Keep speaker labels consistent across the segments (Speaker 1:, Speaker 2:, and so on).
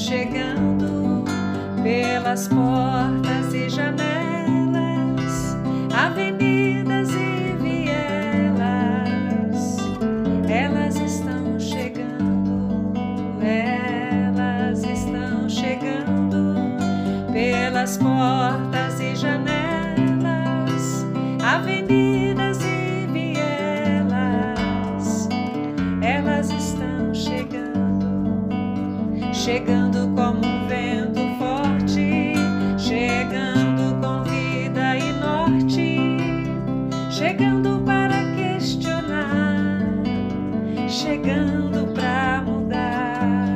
Speaker 1: chegando pelas portas e janelas, avenidas e vielas. Elas estão chegando pelas portas e janelas, avenidas e vielas. Elas estão chegando como um vento forte, chegando com vida e norte, chegando para questionar, chegando para mudar.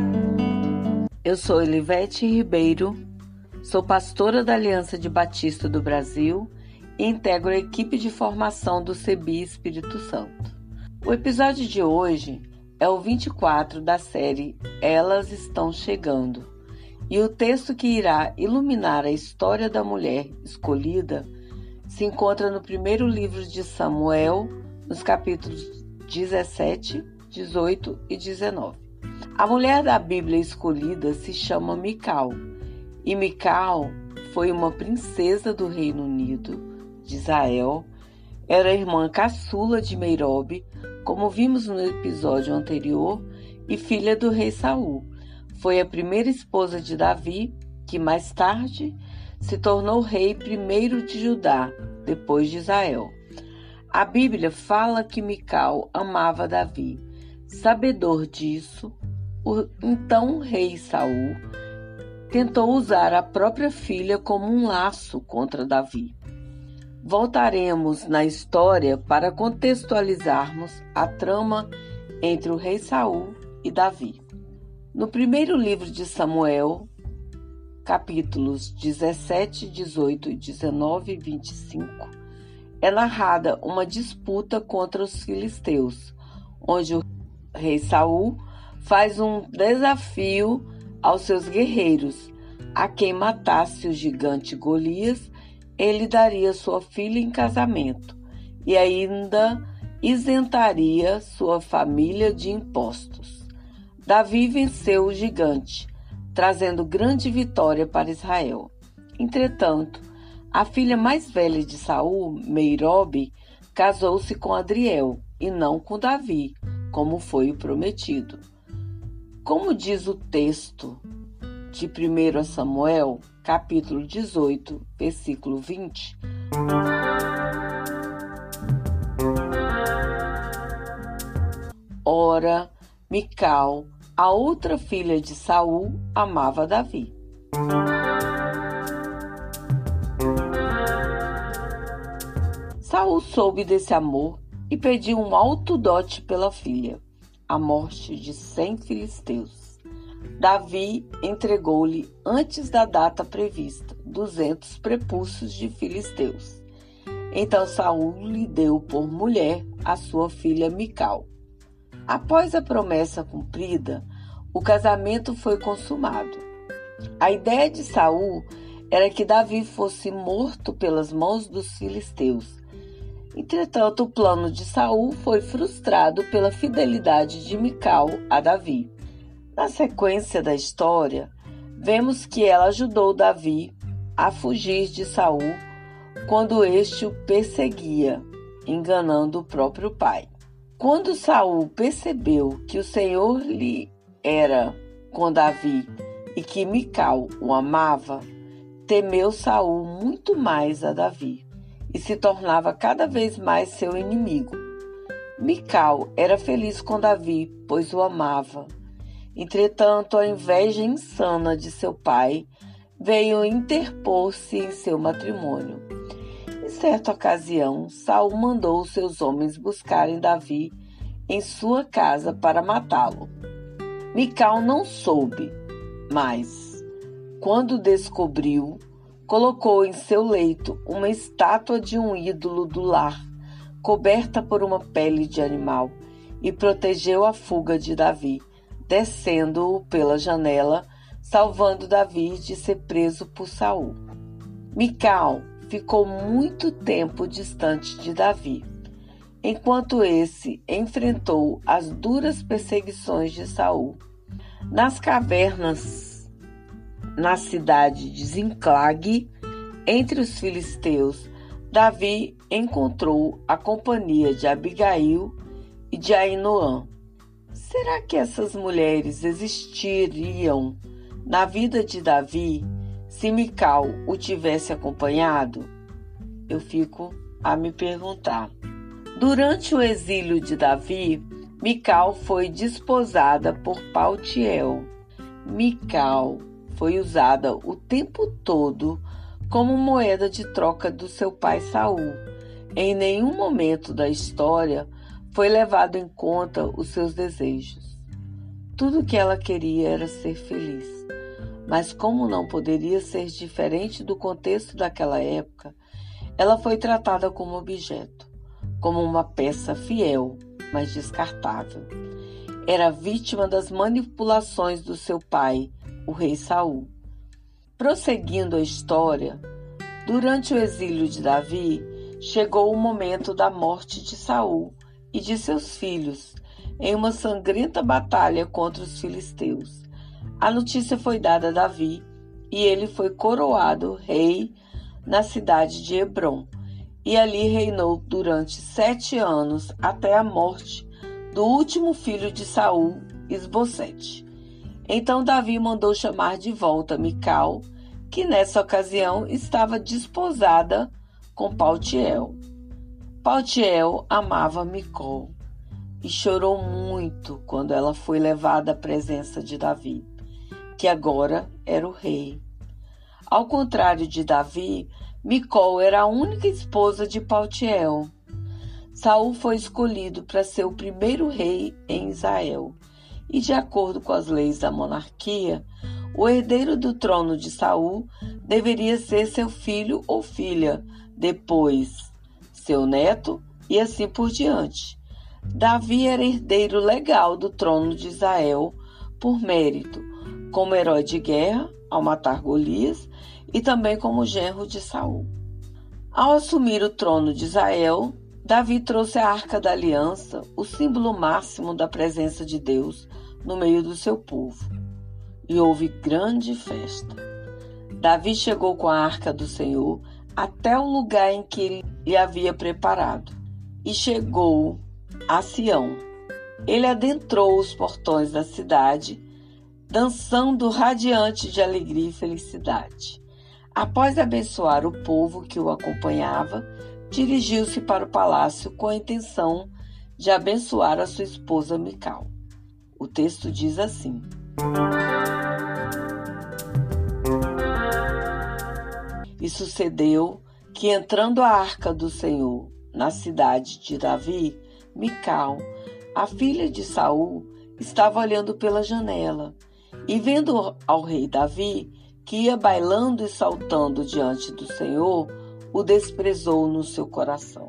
Speaker 2: Eu sou Elivete Ribeiro, sou pastora da Aliança de Batista do Brasil e integro a equipe de formação do CEBI Espírito Santo. O episódio de hoje é o 24 da série Elas Estão Chegando, e o texto que irá iluminar a história da mulher escolhida se encontra no primeiro livro de Samuel, nos capítulos 17, 18 e 19. A mulher da Bíblia escolhida se chama Mical, e Mical foi uma princesa do Reino Unido de Israel, era irmã caçula de Meirobe, como vimos no episódio anterior, e filha do rei Saul. Foi a primeira esposa de Davi, que mais tarde se tornou rei primeiro de Judá, depois de Israel. A Bíblia fala que Mical amava Davi. Sabedor disso, o então rei Saul tentou usar a própria filha como um laço contra Davi. Voltaremos na história para contextualizarmos a trama entre o rei Saul e Davi. No primeiro livro de Samuel, capítulos 17, 18, 19 e 25, é narrada uma disputa contra os filisteus, onde o rei Saul faz um desafio aos seus guerreiros. A quem matasse o gigante Golias, ele daria sua filha em casamento e ainda isentaria sua família de impostos. Davi venceu o gigante, trazendo grande vitória para Israel. Entretanto, a filha mais velha de Saul, Meirobe, casou-se com Adriel e não com Davi, como foi o prometido. Como diz o texto de 1 Samuel, capítulo 18, versículo 20, ora, Mical, a outra filha de Saul, amava Davi. Saul soube desse amor e pediu um alto dote pela filha, a morte de 100 filisteus. Davi entregou-lhe, antes da data prevista, 200 prepúcios de filisteus. Então Saul lhe deu por mulher a sua filha Mical. Após a promessa cumprida, o casamento foi consumado. A ideia de Saul era que Davi fosse morto pelas mãos dos filisteus. Entretanto, o plano de Saul foi frustrado pela fidelidade de Mical a Davi. Na sequência da história, vemos que ela ajudou Davi a fugir de Saul quando este o perseguia, enganando o próprio pai. Quando Saul percebeu que o Senhor lhe era com Davi e que Mical o amava, temeu Saul muito mais a Davi e se tornava cada vez mais seu inimigo. Mical era feliz com Davi, pois o amava. Entretanto, a inveja insana de seu pai veio interpor-se em seu matrimônio. Em certa ocasião, Saul mandou seus homens buscarem Davi em sua casa para matá-lo. Mical não soube, mas, quando descobriu, colocou em seu leito uma estátua de um ídolo do lar, coberta por uma pele de animal, e protegeu a fuga de Davi, descendo-o pela janela, salvando Davi de ser preso por Saul. Mical ficou muito tempo distante de Davi, enquanto esse enfrentou as duras perseguições de Saul. Nas cavernas na cidade de Ziclague, entre os filisteus, Davi encontrou a companhia de Abigail e de Ainoã. Será que essas mulheres existiriam na vida de Davi se Mical o tivesse acompanhado? Eu fico a me perguntar. Durante o exílio de Davi, Mical foi desposada por Paltiel. Mical foi usada o tempo todo como moeda de troca do seu pai Saul. Em nenhum momento da história foi levado em conta os seus desejos. Tudo o que ela queria era ser feliz. Mas como não poderia ser diferente do contexto daquela época, ela foi tratada como objeto, como uma peça fiel, mas descartável. Era vítima das manipulações do seu pai, o rei Saul. Prosseguindo a história, durante o exílio de Davi, chegou o momento da morte de Saul e de seus filhos, em uma sangrenta batalha contra os filisteus. A notícia foi dada a Davi e ele foi coroado rei na cidade de Hebrom, e ali reinou durante 7 anos até a morte do último filho de Saul, Isbosete. Então Davi mandou chamar de volta Mical, que nessa ocasião estava desposada com Paltiel. Paltiel amava Mical e chorou muito quando ela foi levada à presença de Davi, que agora era o rei. Ao contrário de Davi, Mical era a única esposa de Paltiel. Saul foi escolhido para ser o primeiro rei em Israel, e de acordo com as leis da monarquia, o herdeiro do trono de Saul deveria ser seu filho ou filha, depois seu neto e assim por diante. Davi era herdeiro legal do trono de Israel por mérito, como herói de guerra ao matar Golias e também como genro de Saul. Ao assumir o trono de Israel, Davi trouxe a Arca da Aliança, o símbolo máximo da presença de Deus no meio do seu povo. E houve grande festa. Davi chegou com a Arca do Senhor até o lugar em que ele lhe havia preparado, e chegou a Sião. Ele adentrou os portões da cidade, dançando radiante de alegria e felicidade. Após abençoar o povo que o acompanhava, dirigiu-se para o palácio com a intenção de abençoar a sua esposa Mical. O texto diz assim: E sucedeu que, entrando a Arca do Senhor na cidade de Davi, Mical, a filha de Saul, estava olhando pela janela, e vendo ao rei Davi, que ia bailando e saltando diante do Senhor, o desprezou no seu coração.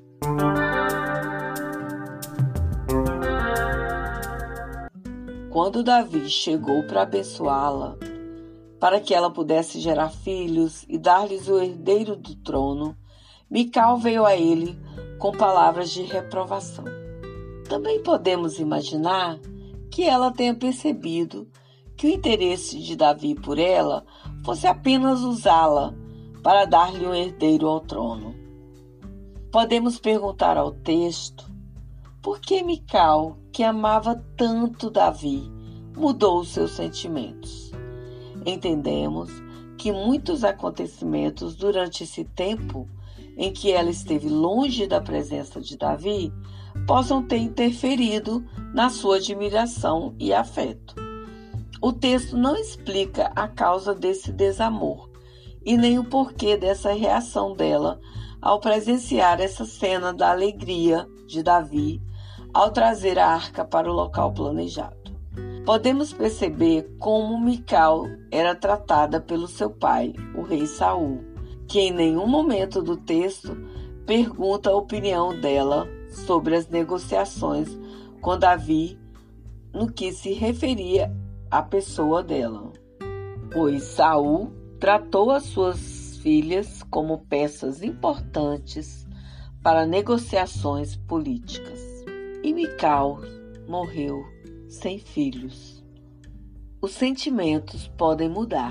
Speaker 2: Quando Davi chegou para abençoá-la, para que ela pudesse gerar filhos e dar-lhes o herdeiro do trono, Mical veio a ele com palavras de reprovação. Também podemos imaginar que ela tenha percebido que o interesse de Davi por ela fosse apenas usá-la para dar-lhe um herdeiro ao trono. Podemos perguntar ao texto por que Mical, que amava tanto Davi, mudou os seus sentimentos. Entendemos que muitos acontecimentos durante esse tempo em que ela esteve longe da presença de Davi possam ter interferido na sua admiração e afeto. O texto não explica a causa desse desamor e nem o porquê dessa reação dela ao presenciar essa cena da alegria de Davi ao trazer a arca para o local planejado. Podemos perceber como Mical era tratada pelo seu pai, o rei Saul, que em nenhum momento do texto pergunta a opinião dela sobre as negociações com Davi no que se referia à pessoa dela, pois Saul tratou as suas filhas como peças importantes para negociações políticas. E Mical morreu sem filhos. Os sentimentos podem mudar,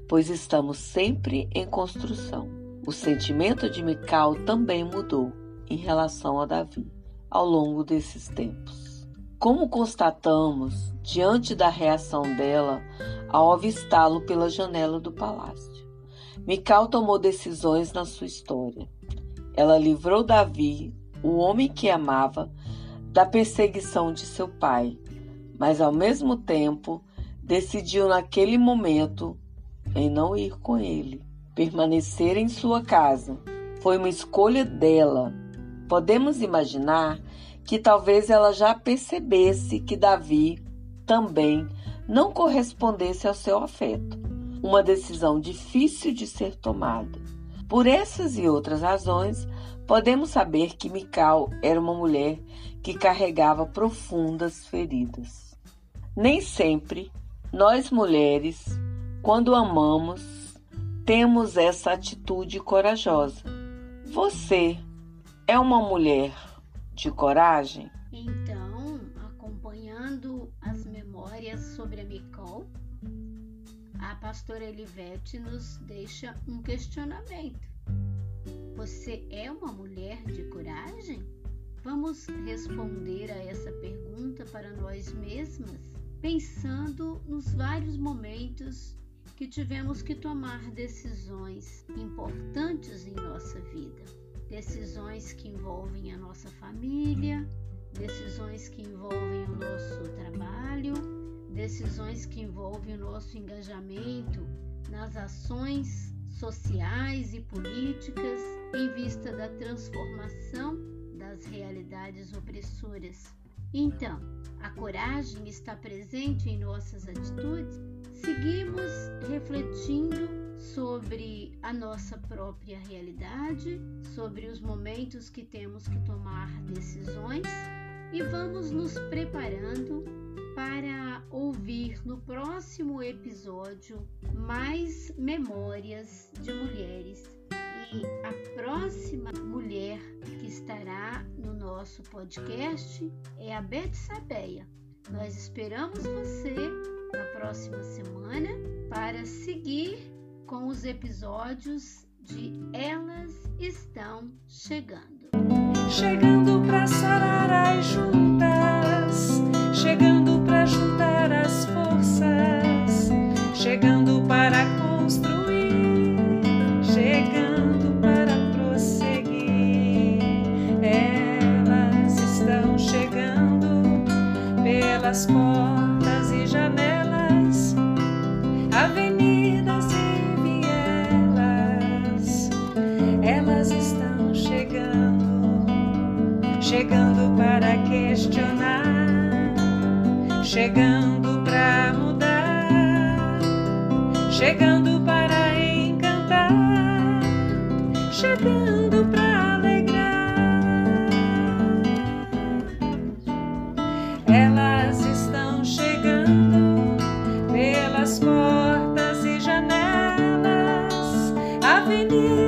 Speaker 2: pois estamos sempre em construção. O sentimento de Mical também mudou em relação a Davi ao longo desses tempos. Como constatamos diante da reação dela ao avistá-lo pela janela do palácio, Mical tomou decisões na sua história. Ela livrou Davi, o homem que amava, da perseguição de seu pai, mas ao mesmo tempo decidiu naquele momento em não ir com ele, permanecer em sua casa. Foi uma escolha dela. Podemos imaginar que talvez ela já percebesse que Davi também não correspondesse ao seu afeto. Uma decisão difícil de ser tomada. Por essas e outras razões, podemos saber que Mical era uma mulher que carregava profundas feridas. Nem sempre, nós mulheres, quando amamos, temos essa atitude corajosa. Você é uma mulher de coragem?
Speaker 3: Então, acompanhando as memórias sobre a Mical, a pastora Elivete nos deixa um questionamento. Você é uma mulher de coragem? Vamos responder a essa pergunta para nós mesmas, pensando nos vários momentos que tivemos que tomar decisões importantes em nossa vida. Decisões que envolvem a nossa família, decisões que envolvem o nosso trabalho, decisões que envolvem o nosso engajamento nas ações sociais e políticas em vista da transformação das realidades opressoras. Então, a coragem está presente em nossas atitudes? Seguimos refletindo sobre a nossa própria realidade, sobre os momentos que temos que tomar decisões e vamos nos preparando para ouvir no próximo episódio mais memórias de mulheres. E a próxima mulher que estará no nosso podcast é a Betsabeia. Nós esperamos você na próxima semana para seguir com os episódios de Elas Estão Chegando.
Speaker 1: Chegando pra sarar as juntas, chegando pra juntar as forças, chegando para construir, chegando para prosseguir. Elas estão chegando pelas portas e janelas, avenidas e vielas. Elas estão chegando, chegando para questionar, chegando para mudar, chegando para encantar, chegando para alegrar. Elas estão chegando pelas portas e janelas, avenidas